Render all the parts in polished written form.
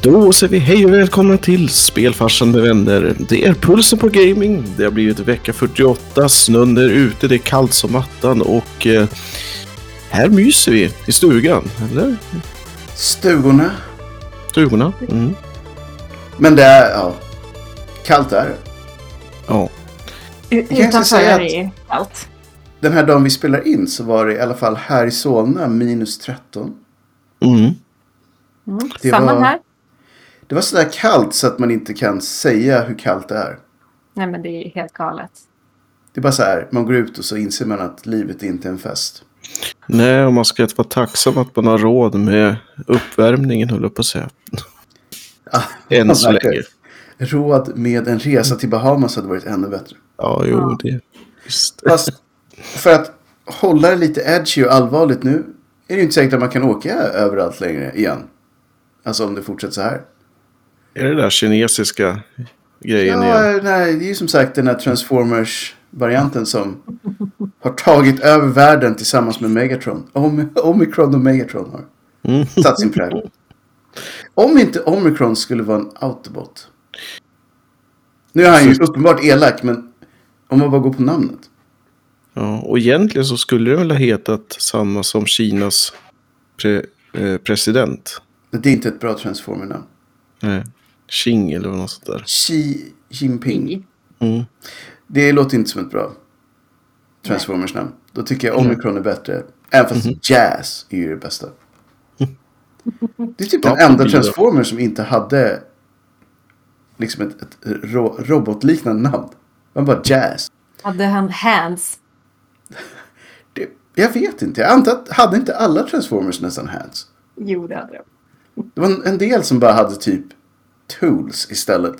Då säger vi hej och välkomna till Spelfarsan med vänner. Det är pulsen på gaming. Det har blivit vecka 48, snön är ute, det är kallt som mattan och här myser vi i stugan, eller? Stugorna. Mm. Men det är, kallt är det. Ja. Utanför är det kallt. Den här dagen vi spelar in så var det i alla fall här i Solna minus 13. Samma här. Det var sådär kallt så att man inte kan säga hur kallt det är. Nej, men det är helt galet. Det är bara så här, man går ut och så inser man att livet inte är en fest. Nej, och man ska inte vara tacksam att man har råd med uppvärmningen, höll jag på att säga. Än så länge. Råd med en resa till Bahamas hade varit ännu bättre. Ja, jo, det visst. Fast för att hålla det lite edgy och allvarligt nu är det ju inte säkert att man kan åka överallt längre igen. Alltså om det fortsätter så här. Är det där kinesiska grejen igen? Nej, det är ju som sagt den här Transformers-varianten som har tagit över världen tillsammans med Megatron. Omicron och Megatron har satt sin prägel. Om inte Omicron skulle vara en Autobot. Nu är han ju uppenbart elak, men om man bara går på namnet. Ja, och egentligen så skulle det väl ha hetat samma som Kinas president. Det är inte ett bra Transformer-namn. Nej, Xing eller något sånt där. Xi Jinping. Det låter inte som ett bra Transformers-namn. Då tycker jag Omicron är bättre. Även fast Jazz är ju det bästa. Det är typ den enda Transformer som inte hade liksom ett robotliknande namn. Man bara Jazz. Hade han hands? Jag vet inte. Jag antar att hade inte alla Transformers nästan hands? Jo, det hade de. Det var en del som bara hade typ tools istället.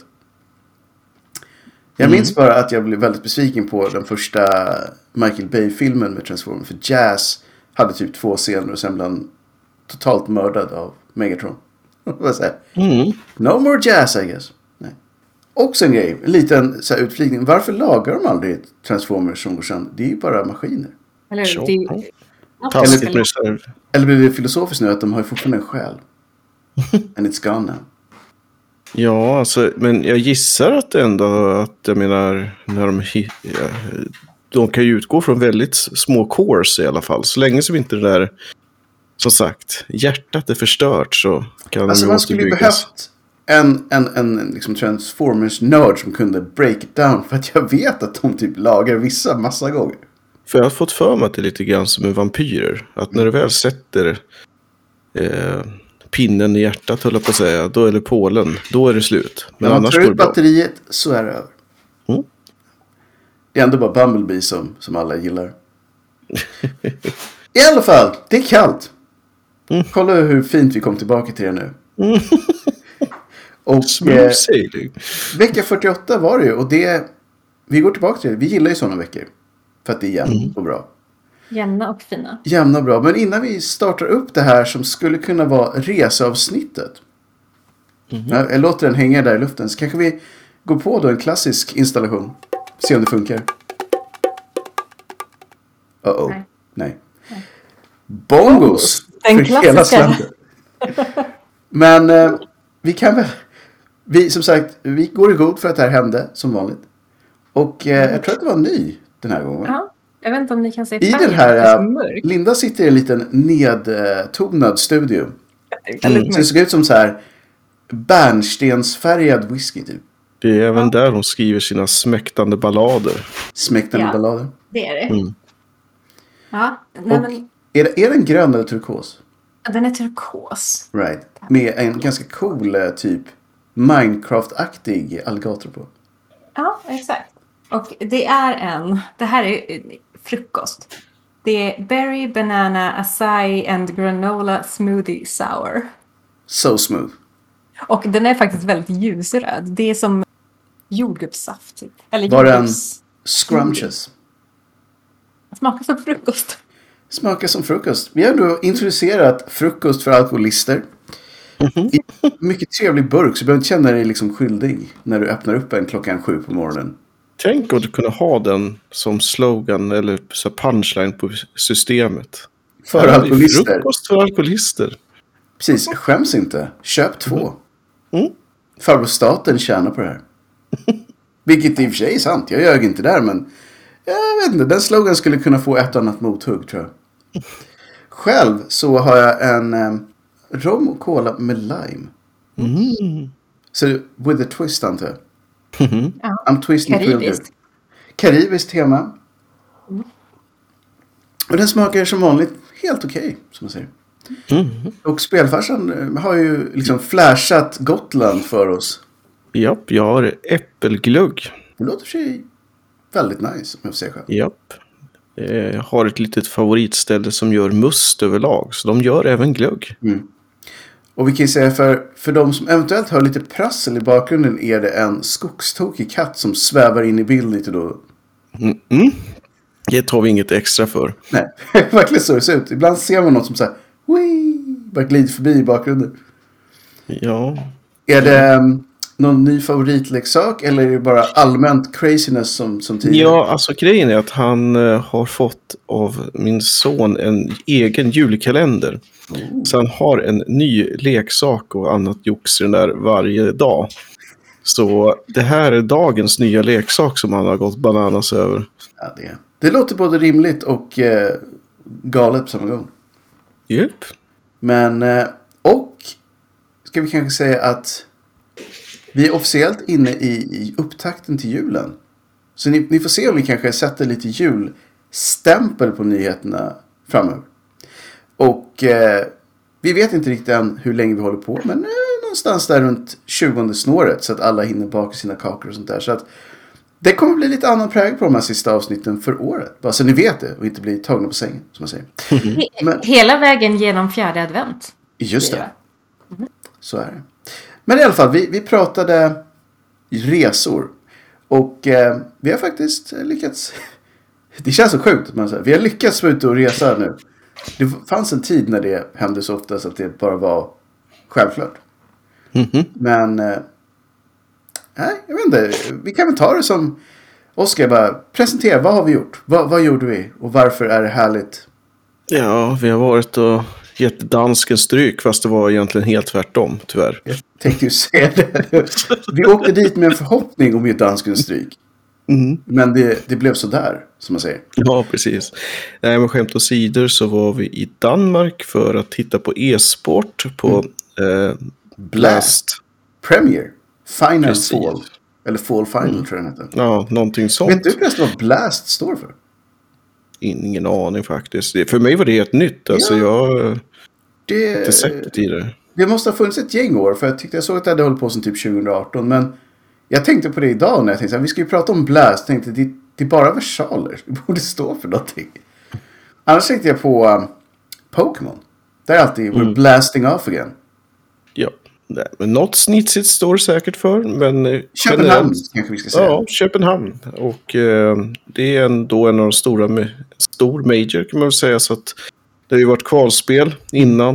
Jag minns bara att jag blev väldigt besviken på den första Michael Bay-filmen med Transformers. För Jazz hade typ 2 scener och sen blev han totalt mördad av Megatron. Vad säger? No more Jazz, I guess. Nej. Också en grej, en liten så här utflygning. Varför lagar de aldrig Transformers som går sönder? Det är ju bara maskiner. Eller blir det filosofiskt nu att de har fortfarande en själ? And it's gone now. Ja, alltså, men jag gissar att jag menar, när de kan ju utgå från väldigt små cores i alla fall. Så länge som inte det där, som sagt, hjärtat är förstört så kan alltså man skulle ju behövt en liksom Transformers-nörd som kunde break it down. För att jag vet att de typ lagar vissa massa gånger. För jag har fått för mig att det är lite grann som med vampyrer. Att när du väl sätter pinnen i hjärtat, höll jag på att säga, då är det Polen, då är det slut. Men när man annars tar går det ut bra. batteriet så är det över. Det är ändå bara Bumblebee som alla gillar. I alla fall, det är kallt. Kolla hur fint vi kom tillbaka till det nu. Och vecka 48 var det ju. Och vi går tillbaka till det. Vi gillar ju sådana veckor. För att det är jämnt och bra. Jämna och fina. Jämna och bra. Men innan vi startar upp det här som skulle kunna vara reseavsnittet. Jag låter den hänga där i luften. Så kanske vi går på då en klassisk installation. Se om det funkar. Nej. Bongos. Den för hela klassiska. slanten. Men vi kan väl... Som sagt, vi går i god för att det här hände som vanligt. Och jag tror att det var ny den här gången. Ja, jag vet inte om ni kan se I den här, Linda sitter i en liten nedtonad studio. Så det såg ut som så här bärnstensfärgad whisky typ. Det är även där hon skriver sina smäktande ballader. Ballader. Det är det. Ja, men... Är den grön eller turkos? Den är turkos. Right. Med en ganska cool typ Minecraft-aktig alligator på. Ja, exakt. Och det här är frukost. Det är berry, banana, acai and granola smoothie sour. So smooth. Och den är faktiskt väldigt ljusröd. Det är som jordgubbssaft typ. Eller var den scrumptious? Smakar som frukost. Smakar som frukost. Vi har då introducerat frukost för alkoholister. I mycket trevlig burk, så du behöver inte känna dig liksom skyldig när du öppnar upp en 7:00 på morgonen. Tänk om du kunde ha den som slogan eller så punchline på systemet. För alkoholister. Frukost för alkoholister. Precis, skäms inte. Köp 2. Farbror staten tjänar på det här. Vilket i och för sig är sant. Jag ljög inte där, men jag vet inte. Den slogan skulle kunna få ett annat mothugg, tror jag. Själv så har jag en rom och cola med lime. Så with a twist, antar jag. I'm twisting Karibiskt. Karibiskt tema. Och den smakar som vanligt helt okej, som man säger. Och spelfarsan har ju liksom flashat Gotland för oss. Japp, jag har äppelglugg. Det låter sig väldigt nice, om jag får säga själv. Japp. Jag har ett litet favoritställe som gör must överlag. Så de gör även glugg. Och vi kan ju säga för de som eventuellt hör lite prassel i bakgrunden är det en skogstokig katt som svävar in i bild lite då. Det tar vi inget extra för. Nej, verkligen så det ser ut. Ibland ser man något som så här, bara glider förbi i bakgrunden. Ja. Är det någon ny favoritleksak eller är det bara allmänt craziness som tidigare? Ja, alltså grejen är att han har fått av min son en egen julkalender. Så han har en ny leksak och annat jox i den där varje dag. Så det här är dagens nya leksak som han har gått bananas över. Ja, det låter både rimligt och galet på samma gång. Japp. Men, och ska vi kanske säga att vi är officiellt inne i upptakten till julen. Så ni får se om vi kanske sätter lite julstämpel på nyheterna framöver. Och vi vet inte riktigt än hur länge vi håller på. Men någonstans där runt 20 snåret. Så att alla hinner baka sina kakor och sånt där. Så att det kommer bli lite annan prägel på de här sista avsnitten för året. Bara så ni vet det och inte blir tagna på sängen, som man säger. Hela vägen genom 4:e advent. Just det. Så är det. Men i alla fall, vi pratade resor. Och vi har faktiskt lyckats. Det känns så sjukt. Vi har lyckats vara ute och resa nu. Det fanns en tid när det hände så ofta så att det bara var självklart. Men nej, jag vet inte. Vi kan väl ta det som Oskar bara presentera. Vad har vi gjort? Vad gjorde vi? Och varför är det härligt? Ja, vi har varit och gett dansken stryk fast det var egentligen helt tvärtom, tyvärr. Jag tänkte ju säga det. Vi åkte dit med en förhoppning om att ge dansken stryk. Men det blev så där, som man säger. Ja, precis. Nej, men skämt åsido så var vi i Danmark för att titta på e-sport på Blast Premier. Final Precis. Fall. Eller Fall Final tror jag den heter. Ja, någonting sånt. Vet du förresten vad Blast står för? Ingen aning faktiskt. För mig var det helt nytt. Alltså jag har inte sett det tidigare. Det måste ha funnits ett gäng år. För jag såg att det hade hållit på som typ 2018. Men jag tänkte på det idag när jag tänkte att vi ska ju prata om Blast. Jag tänkte det är bara versaler. Det borde stå för någonting. Annars tänkte jag på Pokémon. Där är alltid we're blasting off again. Ja, nej, men något snitsigt står säkert för. Men Köpenhamn kanske vi ska säga. Ja, Köpenhamn. Och det är ändå en av de stor major kan man väl säga. Så att det har ju varit kvalspel innan.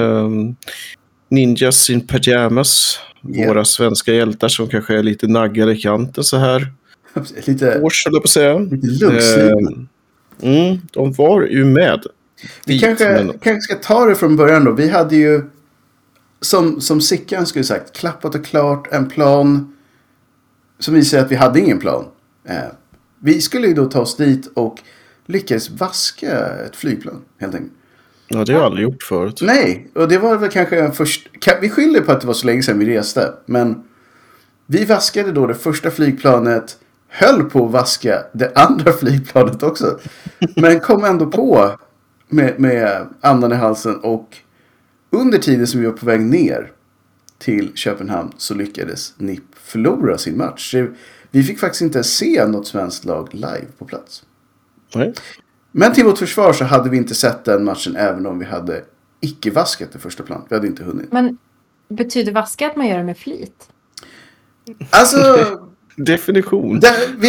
Ninjas in Pajamas. Yeah. Våra svenska hjältar som kanske är lite naggade i kanten så här. Lite Års, höll jag på att säga. Lite luggslipna. De var ju med. Vi kanske ska ta det från början då. Vi hade ju som Sickan skulle sagt klappat och klart en plan som visar att vi hade ingen plan. Vi skulle ju då ta oss dit och lyckas vaska ett flygplan helt enkelt. Ja, det har jag aldrig gjort förut. Nej, och det var väl kanske en vi skyller på att det var så länge sedan vi reste. Men vi vaskade då det första flygplanet. Höll på att vaska det andra flygplanet också. Men kom ändå på med andan i halsen. Och under tiden som vi var på väg ner till Köpenhamn så lyckades NIP förlora sin match. Så vi fick faktiskt inte se något svenskt lag live på plats. Nej. Men till vårt försvar så hade vi inte sett den matchen även om vi hade icke vaskat det första plan. Vi hade inte hunnit. Men betyder vaska att man gör det med flit? Alltså... Definition.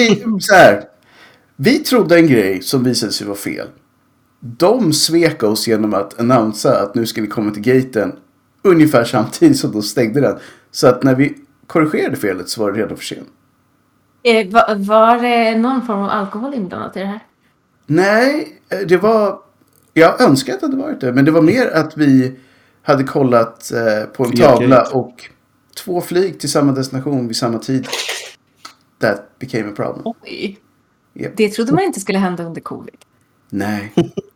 Vi trodde en grej som visade sig vara fel. De svek oss genom att annonsa att nu ska ni komma till gaten ungefär samtidigt som de stängde den. Så att när vi korrigerade felet så var det redan för sent. Var det någon form av alkohol inblandat i det här? Nej, det var... Jag önskar att det hade varit det. Men det var mer att vi hade kollat på en tavla och 2 flyg till samma destination vid samma tid. That became a problem. Oj. Yep. Det trodde man inte skulle hända under covid. Nej.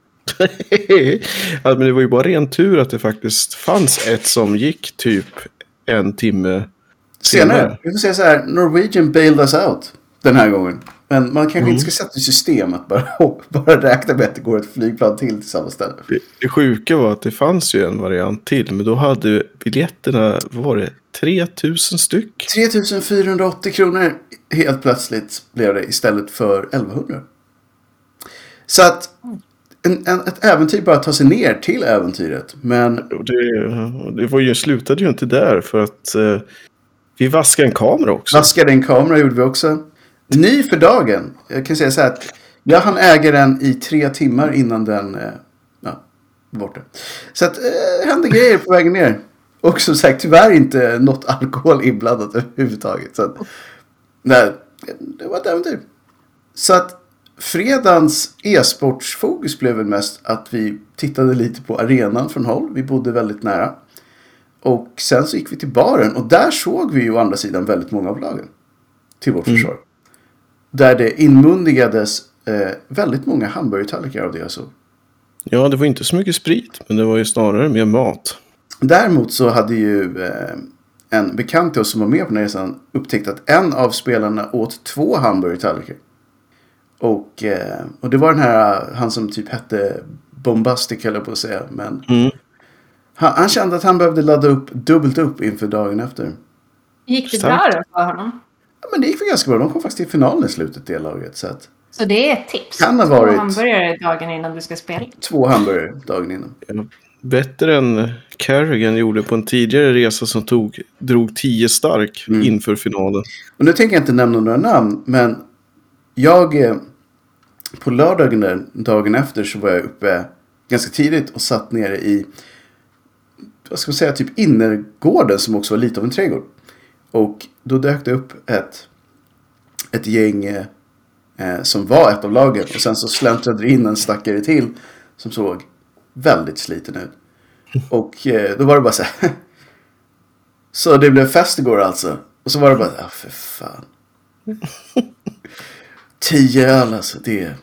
Ja, men det var ju bara ren tur att det faktiskt fanns ett som gick typ 1 timme Senare. Jag får säga så här. Norwegian bailed us out den här gången. Men man kanske inte ska sätta i system att bara räkna med att det går ett flygplan till samma ställe. Det sjuka var att det fanns ju en variant till. Men då hade biljetterna, vad var det, 3000 styck? 3480 kronor helt plötsligt blev det istället för 1100. Så att ett äventyr bara tar sig ner till äventyret. Men det slutade ju inte där för att vi vaskade en kamera också. Vaskade en kamera gjorde vi också. Ny för dagen. Jag kan säga så här att jag hann äga den i 3 timmar innan den var borta. Så att hände grejer på vägen ner. Och som sagt tyvärr inte något alkohol inblandat överhuvudtaget. Så att, nej, det var ett äventyr. Så att fredagens e-sportsfokus blev väl mest att vi tittade lite på arenan från håll. Vi bodde väldigt nära. Och sen så gick vi till baren. Och där såg vi ju å andra sidan väldigt många av lagen. Till vårt försvar. Där det inmundigades väldigt många hamburgertallrikar av det jag såg. Ja, det var inte så mycket sprit. Men det var ju snarare mer mat. Däremot så hade ju en bekant till oss som var med på den här resan upptäckt att en av spelarna åt 2 hamburgertallrikar. Och det var den här, han som typ hette Bombastic höll jag på att säga. Men han kände att han behövde ladda upp dubbelt upp inför dagen efter. Gick det bra då för honom? Ja, men det gick väl ganska bra. De kom faktiskt till finalen i slutet det laget. Så det är ett tips? Kan ha varit 2 hamburgare dagen innan du ska spela? 2 hamburgare dagen innan. Ja, bättre än Carrigan gjorde på en tidigare resa som drog 10 stark inför finalen. Och nu tänker jag inte nämna några namn. Men jag på lördagen dagen efter så var jag uppe ganska tidigt och satt nere i, vad ska man säga, typ innergården som också var lite av en trädgård. Och då dök det upp ett gäng som var ett av lagen. Och sen så släntrade det in en stackare till som såg väldigt sliten ut. Och då var det bara så här. Så det blev fest igår alltså. Och så var det bara, för fan. 10 öl alltså, det.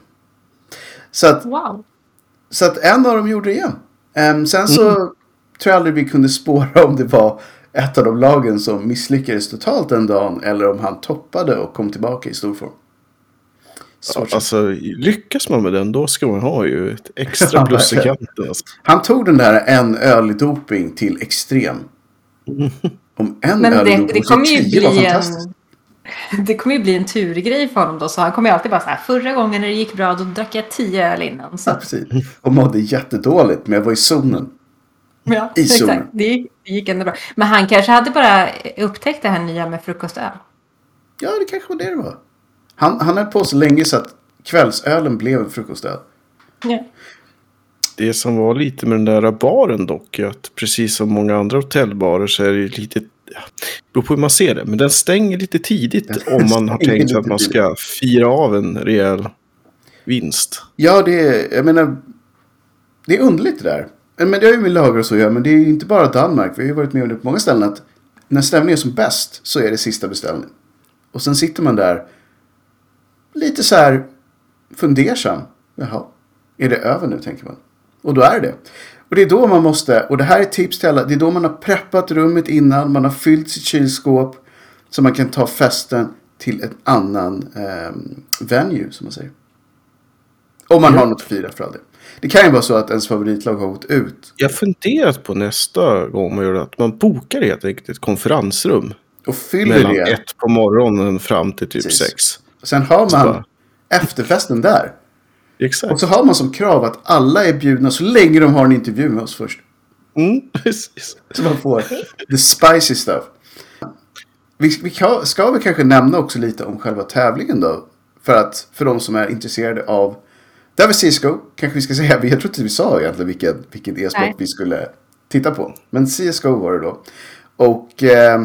Wow. Så att en av dem gjorde det igen. Sen så tror jag aldrig vi kunde spåra om det var ett av de lagen som misslyckades totalt den dagen. Eller om han toppade och kom tillbaka i stor form. Alltså, lyckas man med den, då ska man ha ju ett extra plus i kanten. Alltså. Han tog den där en öl i doping till extrem. Om en men öl i doping det kommer ju 10 var fantastiskt. Det kommer ju bli en turgrej för honom då. Så han kommer ju alltid bara så här, förra gången när det gick bra då drack jag 10 öl innan. Så. Ja, precis. Och mådde jättedåligt, men jag var i zonen. Ja, I zonen. exakt. Det gick ändå bra. Men han kanske hade bara upptäckt det här nya med frukostöl. Ja, det kanske var det var. Han höll på så länge så att kvällsölen blev en frukostöl. Ja. Det som var lite med den där baren dock, att precis som många andra hotellbarer så är det lite, beror på hur man ser det, men den stänger lite tidigt om man har tänkt att man ska fira av en rejäl vinst. Ja, jag menar, det är underligt det där. Men det har ju med lagar och så göra, men det är ju inte bara Danmark. Vi har ju varit med om det på många ställen att när stämningen är som bäst så är det sista beställning. Och sen sitter man där lite så här fundersam. Jaha, är det över nu, tänker man. Och då är det. Och det är då man måste, och det här är tips till alla, det är då man har preppat rummet innan, man har fyllt sitt kylskåp så man kan ta festen till en annan venue, som man säger. Om man har något att fira för all det. Det kan ju vara så att ens favoritlag har gått ut. Jag har funderat på nästa gång man gör det, att man bokar helt enkelt ett konferensrum. Och fyller mellan det. 1 på morgonen fram till typ 6. Sen har man efterfesten där. Exakt. Och så har man som krav att alla är bjudna så länge de har en intervju med oss först. Precis. Så man får the spicy stuff. Vi ska väl kanske nämna också lite om själva tävlingen då. För de som är intresserade av. Där var CSGO, kanske vi ska säga. Jag tror inte vi sa egentligen vilken e-sport vi skulle titta på. Men CSGO var det då. Och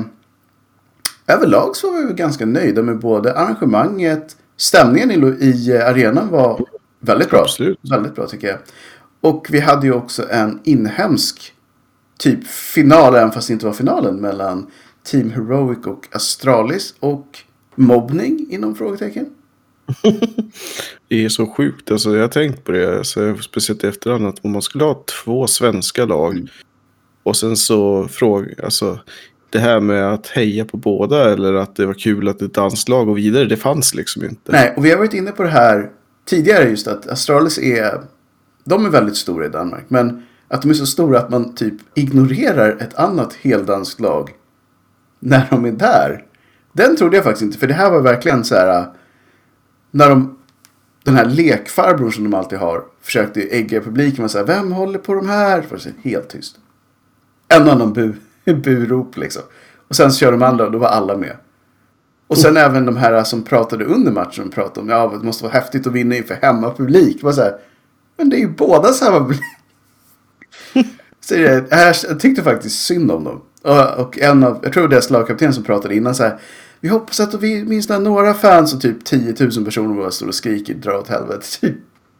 överlag så var vi ganska nöjda med både arrangemanget. Stämningen i arenan var väldigt bra. Absolut. Väldigt bra tycker jag. Och vi hade ju också en inhemsk typ final, även fast det inte var finalen, mellan Team Heroic och Astralis och mobbning inom frågetecken. Det är så sjukt. Alltså, jag har tänkt på det. Alltså, speciellt i efterhand. Att om man skulle ha 2 svenska lag. Och sen så alltså, det här med att heja på båda. Eller att det var kul att ett danskt lag och vidare. Det fanns liksom inte. Nej, och vi har varit inne på det här tidigare. Just att Astralis de är väldigt stora i Danmark. Men att de är så stora att man typ ignorerar ett annat heldanskt lag. När de är där. Den trodde jag faktiskt inte. För det här var verkligen så här. När den här lekfarbrorn som de alltid har försökte ägga publiken. Man säger, vem håller på de här? För att säga helt tyst. En annan burop liksom. Och sen så kör de andra och då var alla med. Och sen även de här som pratade under matchen. Pratade om, ja det måste vara häftigt att vinna inför hemmapublik. Man säger, men det är ju bådas hemmapublik. Så jag tyckte faktiskt synd om dem. Och jag tror det är slagkapten som pratade innan så här. Vi hoppas att vi minst några fans och typ 10 000 personer bara står och skriker dra åt helvete typ.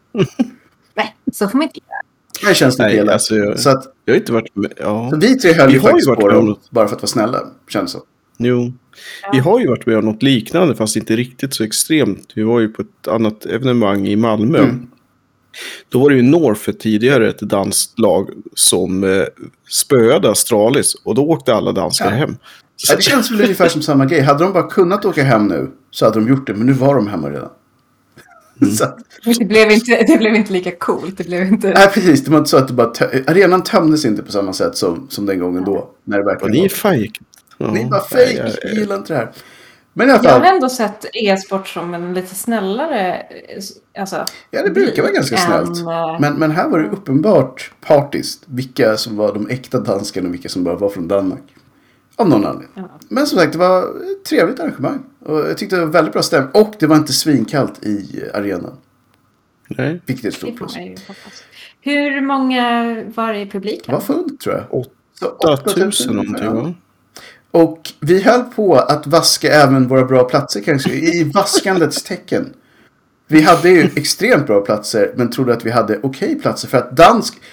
Nej, så får man inte göra. Det känns lite elakt. Alltså, så att jag har inte varit med. Ja. Så vi 3 höll ju faktiskt på dem bara för att vara snälla, känns så. Jo. Vi har ju varit med om något liknande fast inte riktigt så extremt. Vi var ju på ett annat evenemang i Malmö. Då var det ju North tidigare ett danskt lag som spöade Astralis. Och då åkte alla danskar hem. Ja, det känns väl ungefär som samma grej. Hade de bara kunnat åka hem nu så hade de gjort det. Men nu var de hemma redan. Så. Det blev inte lika coolt. Det blev inte... Nej, precis. Det var inte så att det bara arenan tömdes inte på samma sätt som den gången då. När det verkligen ni är fake. Ja, ni är bara fake. Jag gillar inte det här. Men i alla fall, jag har ändå sett e-sport som en lite snällare... Alltså, ja, det brukar vara ganska snällt. Men här var det uppenbart partiskt. Vilka som var de äkta danskarna och vilka som bara var från Danmark. Av någon anledning. Ja. Men som sagt, det var ett trevligt arrangemang. Och jag tyckte det var väldigt bra stämning. Och det var inte svinkallt i arenan. Nej. Vilket är ett stort plus. Hur många var det i publiken? Det var fullt tror jag. 8000 någonting va? Och vi höll på att vaska även våra bra platser kanske. I vaskandets tecken. Vi hade ju extremt bra platser. Men trodde att vi hade okej platser. För att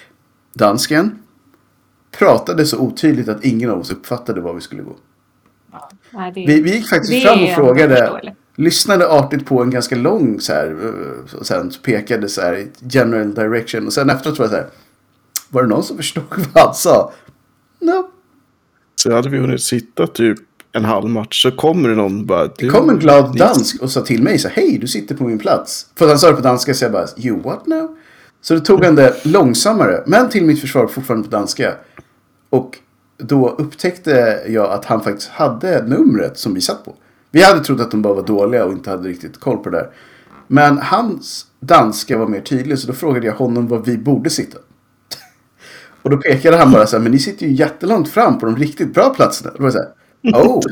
dansken pratade så otydligt att ingen av oss uppfattade var vi skulle gå. Ja, nej, vi gick faktiskt fram och frågade. Lyssnade artigt på en ganska lång så här. Och sen pekade så här i general direction. Och sen efteråt var det så här. Var det någon som förstod vad han sa? No. Så hade vi hunnit sitta typ en halv match. Så kommer det någon bara. Det kom en glad dansk och sa till mig så hej du sitter på min plats. För han sa det på danska så jag bara you what now? Så det tog han det långsammare. Men till mitt försvar fortfarande på danska. Och då upptäckte jag att han faktiskt hade numret som vi satt på. Vi hade trott att de bara var dåliga och inte hade riktigt koll på det där. Men hans danska var mer tydlig så då frågade jag honom var vi borde sitta. Och då pekade han bara så här, men ni sitter ju jättelångt fram på de riktigt bra platserna. Då var det så här, oh.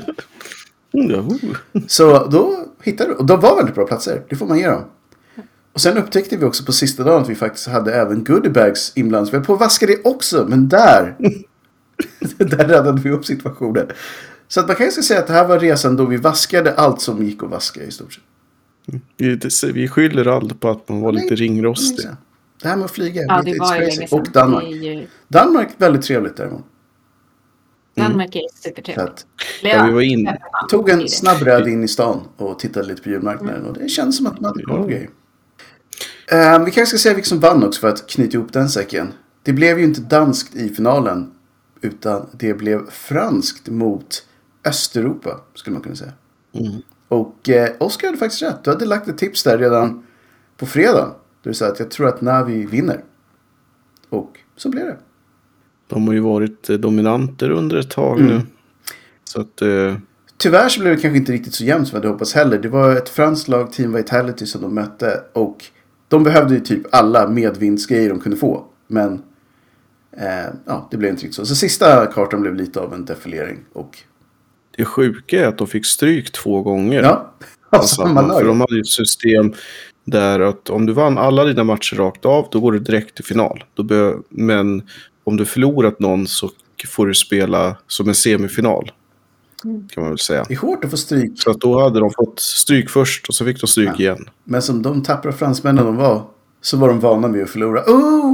Så då hittade vi, och de var väldigt bra platser, det får man ge dem. Och sen upptäckte vi också på sista dagen att vi faktiskt hade även goodiebags inblandat. Vi var på att vaska det också, men där räddade vi upp situationen. Så att man kan säga att det här var resan då vi vaskade allt som gick att vaska i stort sett. Vi skyller allt på att man var lite ringrostig. Det här med att flyga ja, det var ju länge sedan. Och Danmark. Danmark väldigt trevligt däremot. Danmark är supertrevligt. Ja, vi var in. Tog en snabb räd in i stan och tittade lite på julmarknaden. Och det känns som att man hade koll på grejer. Vi kanske ska säga vilka som vann också för att knyta ihop den säcken. Det blev ju inte danskt i finalen. Utan det blev franskt mot Östeuropa skulle man kunna säga. Och Oskar hade faktiskt rätt. Du hade lagt ett tips där redan på fredag. Du sa att jag tror att när vi vinner. Och så blev det. De har ju varit dominanter under ett tag nu. Så att... Tyvärr så blev det kanske inte riktigt så jämnt som jag hade hoppats heller. Det var ett franskt lag, Team Vitality, som de mötte. Och de behövde ju typ alla medvindsgrejer de kunde få. Men det blev inte riktigt så. Så sista kartan blev lite av en defilering. Och... Det sjuka är att de fick stryk 2 gånger. Ja, samma lag. För de hade ju ett system där att om du vann alla dina matcher rakt av, då går du direkt till final. Men om du förlorat någon så får du spela som en semifinal. Kan man väl säga. Det är hårt att få stryk. Så att då hade de fått stryk först och så fick de stryk igen. Men som de tappra fransmännen de var, så var de vana med att förlora.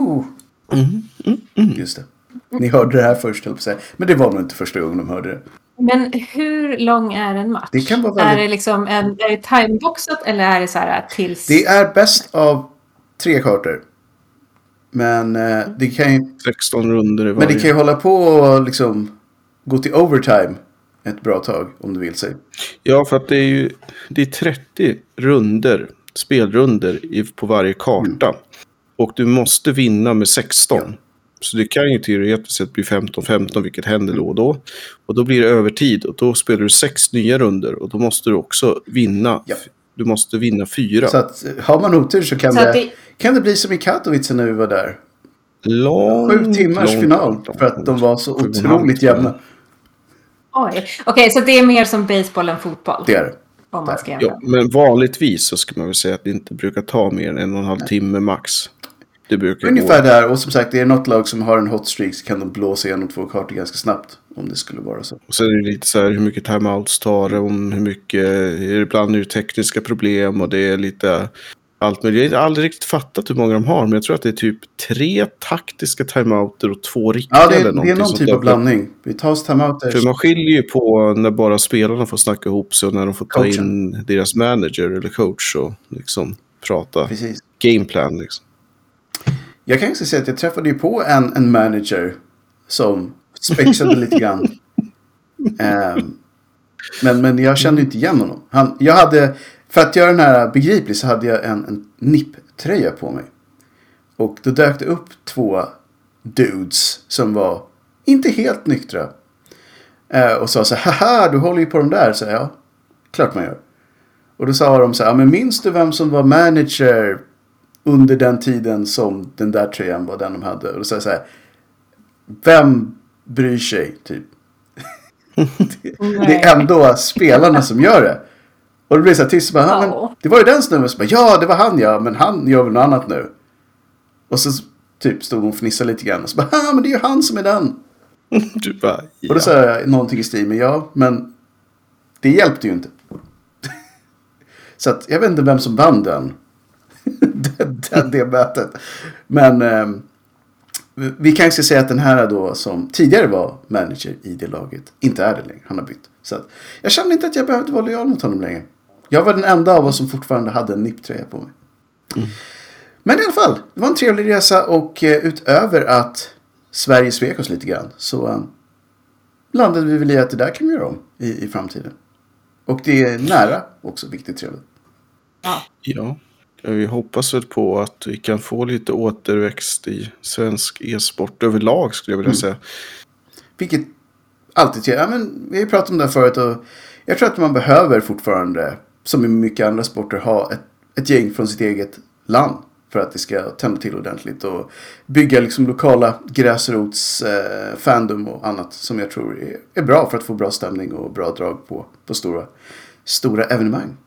Just det. Ni hörde det här först, höll på att säga. Men det var nog inte första gången de hörde det. Men hur lång är en match? Det kan vara väldigt... Är det liksom är det timeboxat eller är det så här tills... Det är bäst av 3 kartor. Men det kan ju... 16 runder i varje. Men det kan ju hålla på och liksom gå till overtime ett bra tag om du vill sig. Ja, för att det är 30 runder, spelrunder på varje karta. Och du måste vinna med 16. Ja. Så det kan ju teoretiskt sett bli 15-15, vilket händer då och då. Och då blir det övertid och då spelar du 6 nya runder. Och då måste du också vinna. Ja. Du måste vinna 4. Så att har man otur så kan det bli som i Katowice när vi var där. 7 timmars final för att de var så otroligt jämna. Oj, okej, så det är mer som baseball än fotboll? Det är det. Om man ska ja, men vanligtvis så ska man väl säga att det inte brukar ta mer än 1,5 timme max. Det brukar ungefär gå. Där, och som sagt, det är något lag som har en hot streak så kan de blåsa igenom 2 kartor ganska snabbt om det skulle vara så. Och så är det lite så här hur mycket timeouts tar det, om hur mycket, ibland är det tekniska problem och det är lite allt möjligt. Jag har aldrig riktigt fattat hur många de har, men jag tror att det är typ 3 taktiska timeouter och 2 riktiga. Ja, det är någon typ av blandning. Vi tar oss timeouter. För man skiljer ju på när bara spelarna får snacka ihop sig och när de får ta in deras manager eller coach och liksom prata gameplan liksom. Jag kan också säga att jag träffade ju på en manager som spexade lite grann. Men jag kände inte igen honom. Jag hade, för att göra den här begriplig så hade jag en NIP-tröja på mig. Och då dök det upp 2 dudes som var inte helt nyktra. Och sa så här, haha, du håller ju på de där. Så ja, klart man gör. Och då sa de så här, men minns du vem som var manager under den tiden som den där tröjan var den de hade? Och då sa jag så här, vem bryr sig typ? Det är ändå spelarna som gör det. Och det blir så här tyst. Bara, men det var ju den snubben som bara, ja det var han ja, men han gör väl något annat nu. Och så typ stod hon och fnissade lite grann. Och så bara, men det är ju han som är den. Du bara, ja. Och då sa jag någonting i stil med, ja, men det hjälpte ju inte. Så att jag vet inte vem som vann den. det mötet. Men vi kanske säga att den här då som tidigare var manager i det laget inte är det längre. Han har bytt. Så att jag kände inte att jag behövde vara lojal mot honom längre. Jag var den enda av oss som fortfarande hade en NIP-tröja på mig. Men i alla fall, det var en trevlig resa och utöver att Sverige svek oss lite grann så landade vi väl i att det där kan vi göra om i framtiden. Och det är nära också viktigt trevligt. Ja. Vi hoppas väl på att vi kan få lite återväxt i svensk e-sport överlag skulle jag vilja säga. Vilket alltid, ja, men vi har ju pratat om det förut och jag tror att man behöver fortfarande, som i mycket andra sporter, ha ett gäng från sitt eget land för att det ska tända till ordentligt och bygga liksom lokala gräsrots fandom och annat som jag tror är bra för att få bra stämning och bra drag på stora evenemang.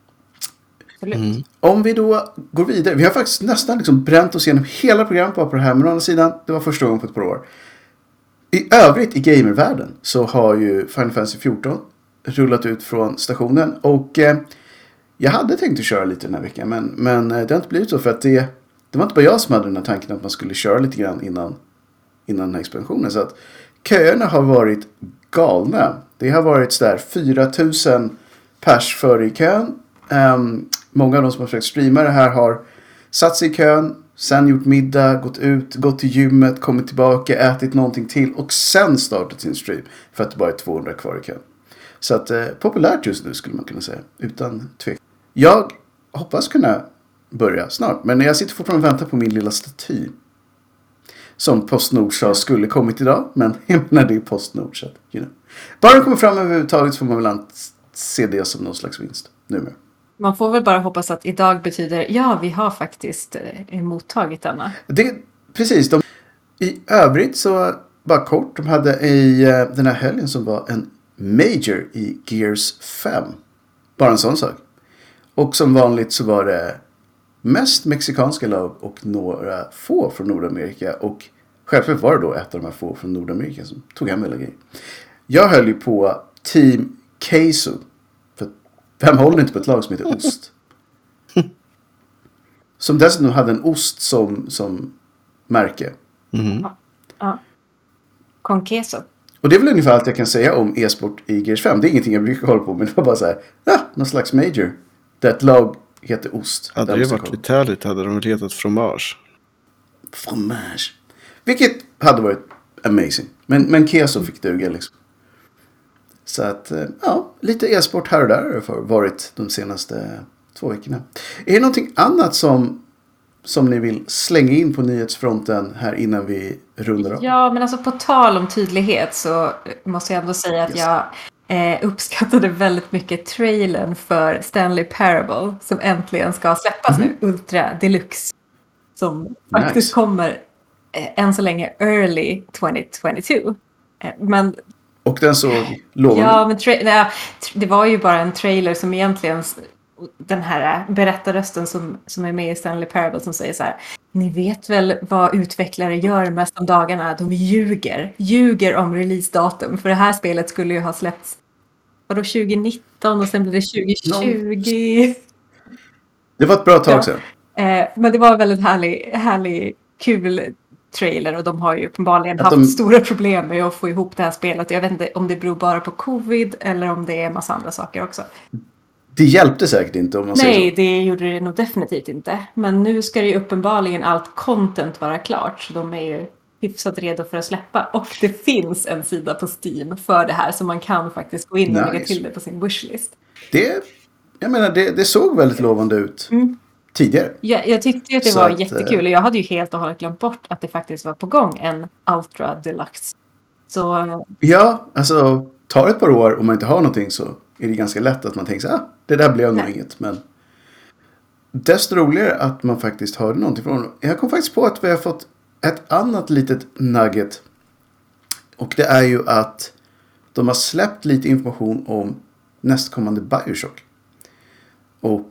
Om vi då går vidare. Vi har faktiskt nästan liksom bränt oss igenom hela programmet på det här. Men å andra sidan, det var första gången på ett par år. I övrigt i gamervärlden så har ju Final Fantasy 14 rullat ut från stationen. Och jag hade tänkt att köra lite den här veckan. Men det har inte blivit så för att det var inte bara jag som hade den här tanken att man skulle köra lite grann innan den här expansionen. Så att köerna har varit galna. Det har varit sådär 4000 pers före i kön. Många av de som har försökt streama det här har satt sig i kön, sen gjort middag, gått till gymmet, kommit tillbaka, ätit någonting till och sen startat sin stream för att det bara är 200 kvar i kön. Så att populärt just nu skulle man kunna säga, utan tvekan. Jag hoppas kunna börja snart, men jag sitter fortfarande och väntar på min lilla staty. Som Postnord sa skulle kommit idag, men jag menar det är Postnord så att, bara den kommer fram överhuvudtaget så får man väl se det som någon slags vinst numera. Man får väl bara hoppas att idag betyder ja, vi har faktiskt mottagit denna. Precis. I övrigt så bara kort. De hade i den här helgen som var en major i Gears 5. Bara en sån sak. Och som vanligt så var det mest mexikanska lag och några få från Nordamerika. Och självklart var det då ett av de här få från Nordamerika som tog hem hela grejen. Jag höll ju på Team Queso. Vem håller inte på ett lag som heter Ost? Som dessutom hade en ost som märke. Ja. Con queso. Och det är väl ungefär allt jag kan säga om e-sport i Gears 5. Det är ingenting jag brukar hålla på med. Det var bara så här, någon slags major. Det ett lag heter Ost. Hade det varit lite härligt hade de letat fromage. Fromage. Vilket hade varit amazing. Men keso fick duga liksom. Så att, lite e-sport här och där har varit de senaste 2 veckorna. Är det någonting annat som ni vill slänga in på nyhetsfronten här innan vi rundar av? Ja, men alltså på tal om tydlighet så måste jag ändå säga att jag uppskattade väldigt mycket trailern för Stanley Parable som äntligen ska släppas nu, Ultra Deluxe. Som faktiskt kommer än så länge early 2022. Men och den såg lovande. Ja, men det var ju bara en trailer som egentligen den här berättarrösten som är med i Stanley Parable som säger så här: ni vet väl vad utvecklare gör mest om dagarna? De ljuger om releasedatum. För det här spelet skulle ju ha släppts 2019 och sen blev det 2020. Det var ett bra tag sedan. Men det var en väldigt härlig, kul trailer och de har ju uppenbarligen haft stora problem med att få ihop det här spelet. Jag vet inte om det beror bara på covid eller om det är en massa andra saker också. Det hjälpte säkert inte om man säger så. Nej, det gjorde det nog definitivt inte. Men nu ska det ju uppenbarligen allt content vara klart. Så de är ju hyfsat redo för att släppa. Och det finns en sida på Steam för det här. Så man kan faktiskt gå in och lägga till det på sin wishlist. Det såg väldigt lovande ut tidigare. Ja, jag tyckte att det var jättekul. Och jag hade ju helt och hållet glömt bort att det faktiskt var på gång en Ultra Deluxe. Så... Ja, alltså tar ett par år om man inte har någonting så är det ganska lätt att man tänker så det där blev nog inget. Men desto roligare att man faktiskt hörde någonting från. Jag kom faktiskt på att vi har fått ett annat litet nugget. Och det är ju att de har släppt lite information om nästkommande Bioshock. Och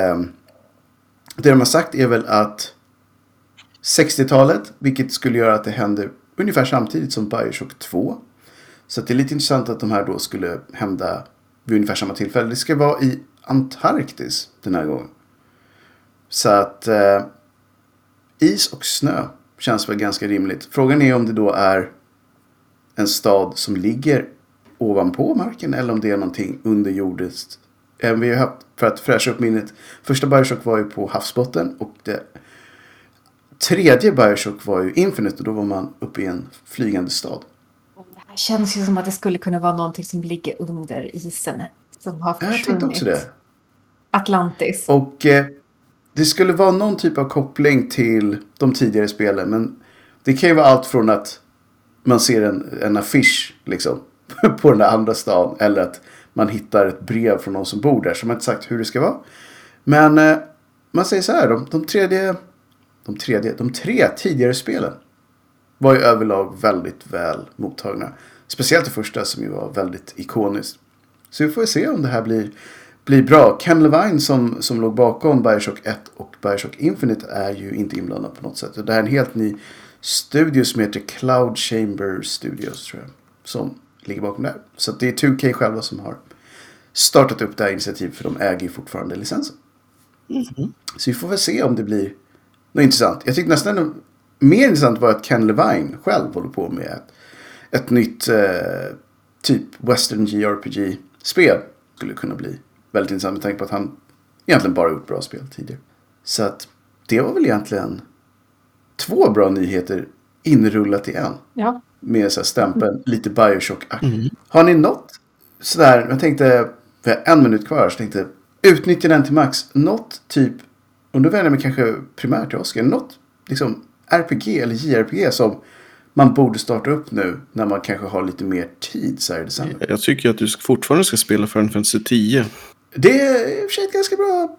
det de har sagt är väl att 60-talet, vilket skulle göra att det händer ungefär samtidigt som Bioshock 2. Så det är lite intressant att de här då skulle hända vid ungefär samma tillfälle. Det ska vara i Antarktis den här gången. Så att is och snö känns väl ganska rimligt. Frågan är om det då är en stad som ligger ovanpå marken eller om det är någonting underjordiskt. Vi har haft, för att fräscha upp minnet, första Bioshock var ju på havsbotten och det tredje Bioshock var ju Infinite och då var man uppe i en flygande stad. Det här känns ju som att det skulle kunna vara någonting som ligger under isen som har försvunnit. Jag tänkte också det. Atlantis. Och det skulle vara någon typ av koppling till de tidigare spelen, men det kan ju vara allt från att man ser en affisch liksom på den där andra stan eller att man hittar ett brev från någon som bor där som inte sagt hur det ska vara. Men man säger så här, de tre tidigare spelen var ju överlag väldigt väl mottagna. Speciellt det första som ju var väldigt ikoniskt. Så vi får se om det här blir bra. Ken Levine som låg bakom Bioshock 1 och Bioshock Infinite är ju inte inblandad på något sätt. Det här är en helt ny studio som heter Cloud Chamber Studios tror jag. Som ligger bakom där. Så det är 2K själva som har startat upp det här initiativet för de äger ju fortfarande licensen. Mm-hmm. Så vi får väl se om det blir något intressant. Jag tycker nästan mer intressant var att Ken Levine själv håller på med ett nytt typ Western JRPG-spel. Skulle kunna bli väldigt intressant med tanke på att han egentligen bara gjort bra spel tidigare. Så att det var väl egentligen 2 bra nyheter inrullat i en. Ja. Med så här stämpeln, lite Bioshock-aktigt. Mm. Har ni något sådär, jag tänkte, vi har 1 minut kvar, så tänkte utnyttja den till max. Något typ, och då vänder jag mig kanske primärt till Oscar, något liksom RPG eller JRPG som man borde starta upp nu när man kanske har lite mer tid så här i december. Jag tycker att du fortfarande ska spela Final Fantasy 10. Det är i och för sig ett ganska bra,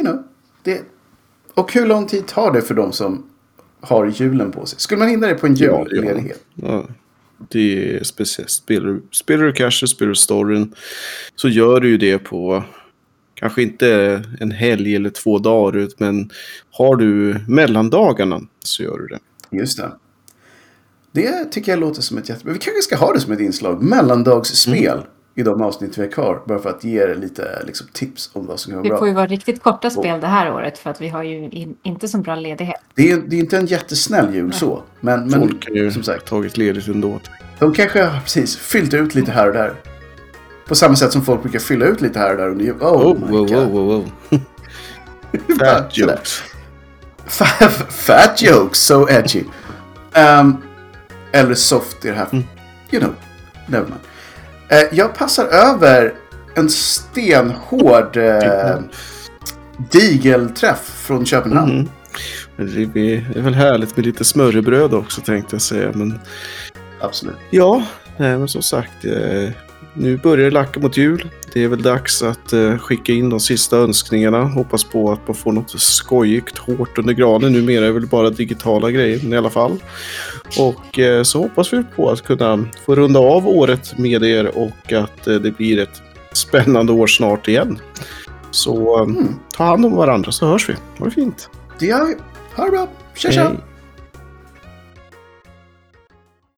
och hur lång tid tar det för de som har julen på sig? Skulle man hinna det på en julledighet? Ja. Det är speciellt. Spelar du cash, spelar du storyn, så gör du ju det på kanske inte en helg eller 2 dagar, men har du mellandagarna så gör du det. Just det. Det tycker jag låter som ett jättebra. Vi kanske ska ha det som ett inslag. Mellandagsspel i de avsnitt vi har kvar. Bara för att ge er lite liksom, tips om vad som kan vara bra. Det får ju vara riktigt korta spel det här året för att vi har ju inte så bra ledighet. Det är inte en jättesnäll jul så. Men Folk har ju som sagt, tagit ledigt ändå. de kanske har precis fyllt ut lite här och där. På samma sätt som folk brukar fylla ut lite här och där under jul. Wow. Fat jokes. Fat jokes, so edgy. Eller soft i det här. You know, never mind. Jag passar över en stenhård digelträff från Köpenhamn. Det är väl härligt med lite smörrebröd också tänkte jag säga. Men... Absolut. Ja, men som sagt, nu börjar det lacka mot jul. Det är väl dags att skicka in de sista önskningarna. Hoppas på att man får något skojigt hårt under granen. Numera är väl bara digitala grejer, men i alla fall. Och så hoppas vi på att kunna få runda av året med er och att det blir ett spännande år snart igen. Så ta hand om varandra så hörs vi. Ha det fint. Det gör vi. Ha det bra. Tja, tja. Hej.